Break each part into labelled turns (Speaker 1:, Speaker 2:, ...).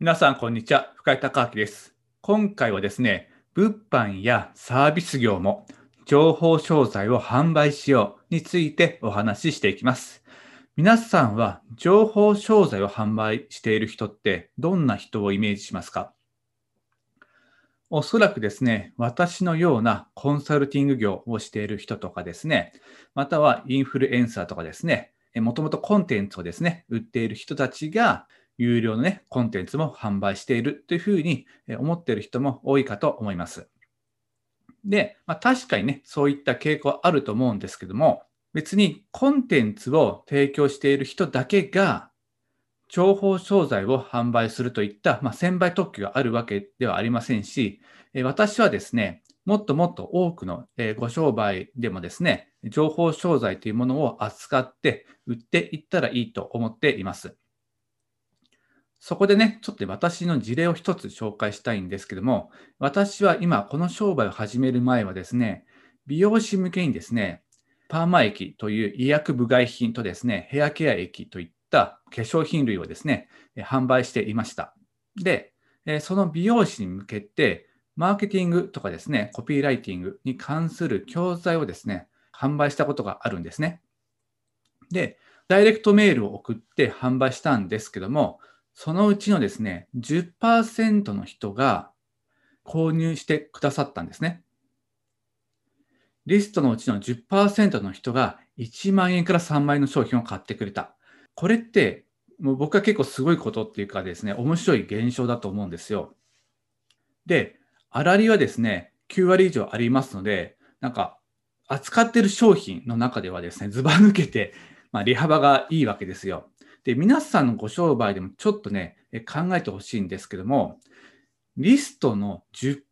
Speaker 1: 皆さん、こんにちは。深井孝明です。今回はですね、物販やサービス業も情報商材を販売しようについてお話ししていきます。皆さんは情報商材を販売している人ってどんな人をイメージしますか？おそらくですね、私のようなコンサルティング業をしている人とかですね、またはインフルエンサーとかですね、もともとコンテンツをですね、売っている人たちが、有料のね、コンテンツも販売しているというふうに思っている人も多いかと思います。で、確かにね、そういった傾向はあると思うんですけども、別にコンテンツを提供している人だけが情報商材を販売するといった、専売特許があるわけではありませんし、私はですね、もっともっと多くのご商売でもですね、情報商材というものを扱って売っていったらいいと思っています。そこでね、ちょっと私の事例を一つ紹介したいんですけども、私は今この商売を始める前はですね、美容師向けにですね、パーマ液という医薬部外品とですね、ヘアケア液といった化粧品類をですね、販売していました。で、その美容師に向けて、マーケティングとかですね、コピーライティングに関する教材をですね、販売したことがあるんですね。で、ダイレクトメールを送って販売したんですけども、そのうちのですね、10%の人が購入してくださったんですね。リストのうちの10%の人が1万円から3万円の商品を買ってくれた。これって、もう僕は結構すごいことっていうかですね、面白い現象だと思うんですよ。で、粗利はですね、9割以上ありますので、扱っている商品の中ではですね、ずば抜けて、利幅がいいわけですよ。で、皆さんのご商売でもちょっとね、考えてほしいんですけども、リストの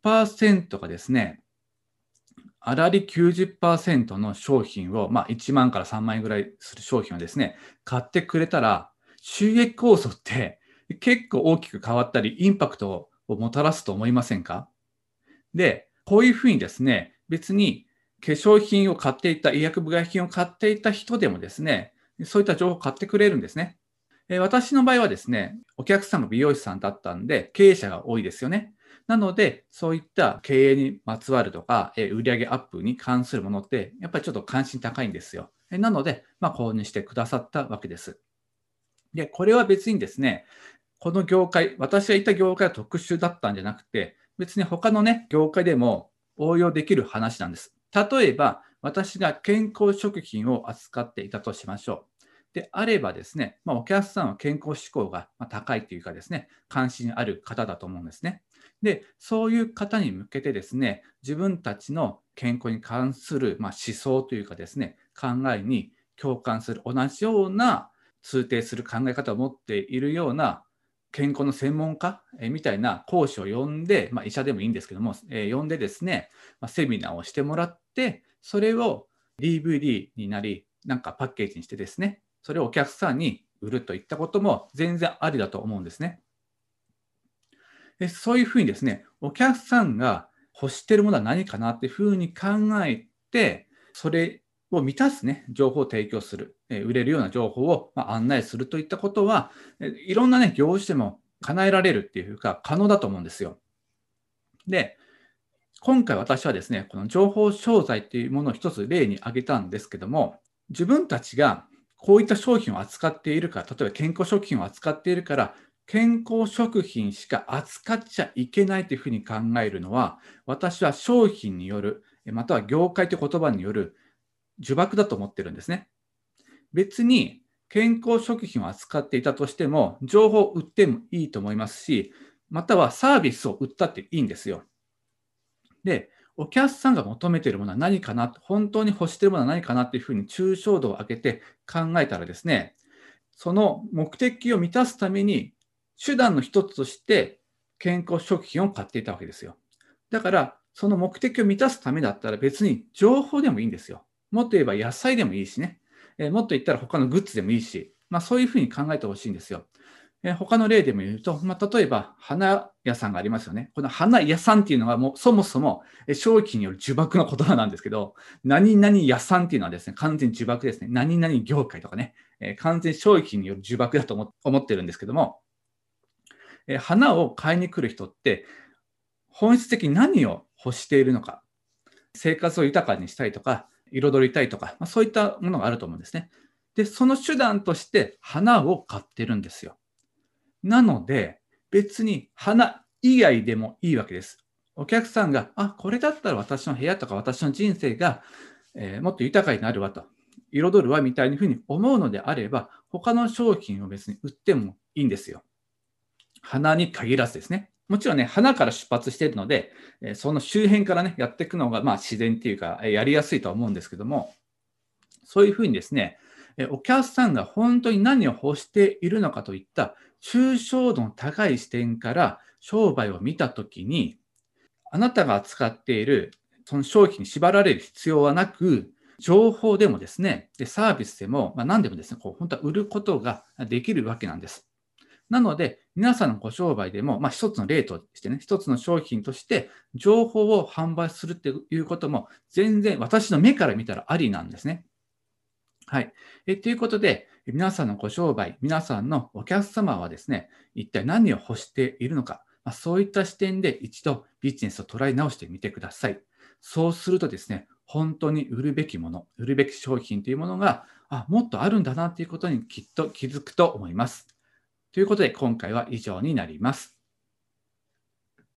Speaker 1: 10%がですね、粗利90%の商品を、1万から3万円ぐらいする商品をですね、買ってくれたら、収益構造って結構大きく変わったり、インパクトをもたらすと思いませんか？で、こういうふうにですね、別に化粧品を買っていた、医薬部外品を買っていた人でもですね、そういった情報を買ってくれるんですね。私の場合はですね、お客さんが美容師さんだったんで、経営者が多いですよね。なので、そういった経営にまつわるとか、売上アップに関するものって、やっぱりちょっと関心高いんですよ。なので、購入してくださったわけです。で、これは別にですね、この業界、私がいた業界は特殊だったんじゃなくて、別に他のね、業界でも応用できる話なんです。例えば、私が健康食品を扱っていたとしましょう。であればですね、お客さんは健康志向が高いというかですね、関心ある方だと思うんですね。で、そういう方に向けてですね、自分たちの健康に関する思想というかですね、考えに共感する同じような通底する考え方を持っているような健康の専門家みたいな講師を呼んで、医者でもいいんですけども、呼んでですね、セミナーをしてもらって、それを DVD になり、パッケージにしてですね、それをお客さんに売るといったことも全然ありだと思うんですね。そういうふうにですね、お客さんが欲しているものは何かなっていうふうに考えて、それを満たすね、情報を提供する、売れるような情報を案内するといったことは、いろんなね、業種でも叶えられるっていうか、可能だと思うんですよ。で、今回私はですね、この情報商材っていうものを一つ例に挙げたんですけども、自分たちがこういった商品を扱っているから、例えば健康食品を扱っているから、健康食品しか扱っちゃいけないというふうに考えるのは、私は商品による、または業界という言葉による呪縛だと思ってるんですね。別に健康食品を扱っていたとしても、情報を売ってもいいと思いますし、またはサービスを売ったっていいんですよ。で、お客さんが求めているものは何かな、本当に欲しているものは何かなっていうふうに抽象度を上げて考えたらですね、その目的を満たすために、手段の一つとして健康食品を買っていたわけですよ。だから、その目的を満たすためだったら別に情報でもいいんですよ。もっと言えば野菜でもいいしね。もっと言ったら他のグッズでもいいし、そういうふうに考えてほしいんですよ。他の例でも言うと、例えば花屋さんがありますよね。この花屋さんっていうのはもうそもそも商品による呪縛の言葉なんですけど、何々屋さんっていうのはですね、完全に呪縛ですね。何々業界とかね、完全に商品による呪縛だと思ってるんですけども、 花を買いに来る人って、本質的に何を欲しているのか、生活を豊かにしたいとか、彩りたいとか、そういったものがあると思うんですね。で、その手段として花を買ってるんですよ。なので、別に花以外でもいいわけです。お客さんが、これだったら私の部屋とか私の人生が、もっと豊かになるわと、彩るわみたいにふうに思うのであれば、他の商品を別に売ってもいいんですよ。花に限らずですね。もちろんね、花から出発しているので、その周辺からね、やっていくのが、自然っていうか、やりやすいとは思うんですけども、そういうふうにですね、お客さんが本当に何を欲しているのかといった抽象度の高い視点から商売を見たときに、あなたが扱っているその商品に縛られる必要はなく、情報でもですね、でサービスでも、何でもですね、本当は売ることができるわけなんです。なので、皆さんのご商売でも、一つの例としてね、一つの商品として情報を販売するっていうことも、全然私の目から見たらありなんですね。はい。ということで、皆さんのご商売、皆さんのお客様はですね、一体何を欲しているのか、そういった視点で一度ビジネスを捉え直してみてください。そうするとですね、本当に売るべきもの、売るべき商品というものが、もっとあるんだなということにきっと気づくと思います。ということで、今回は以上になります。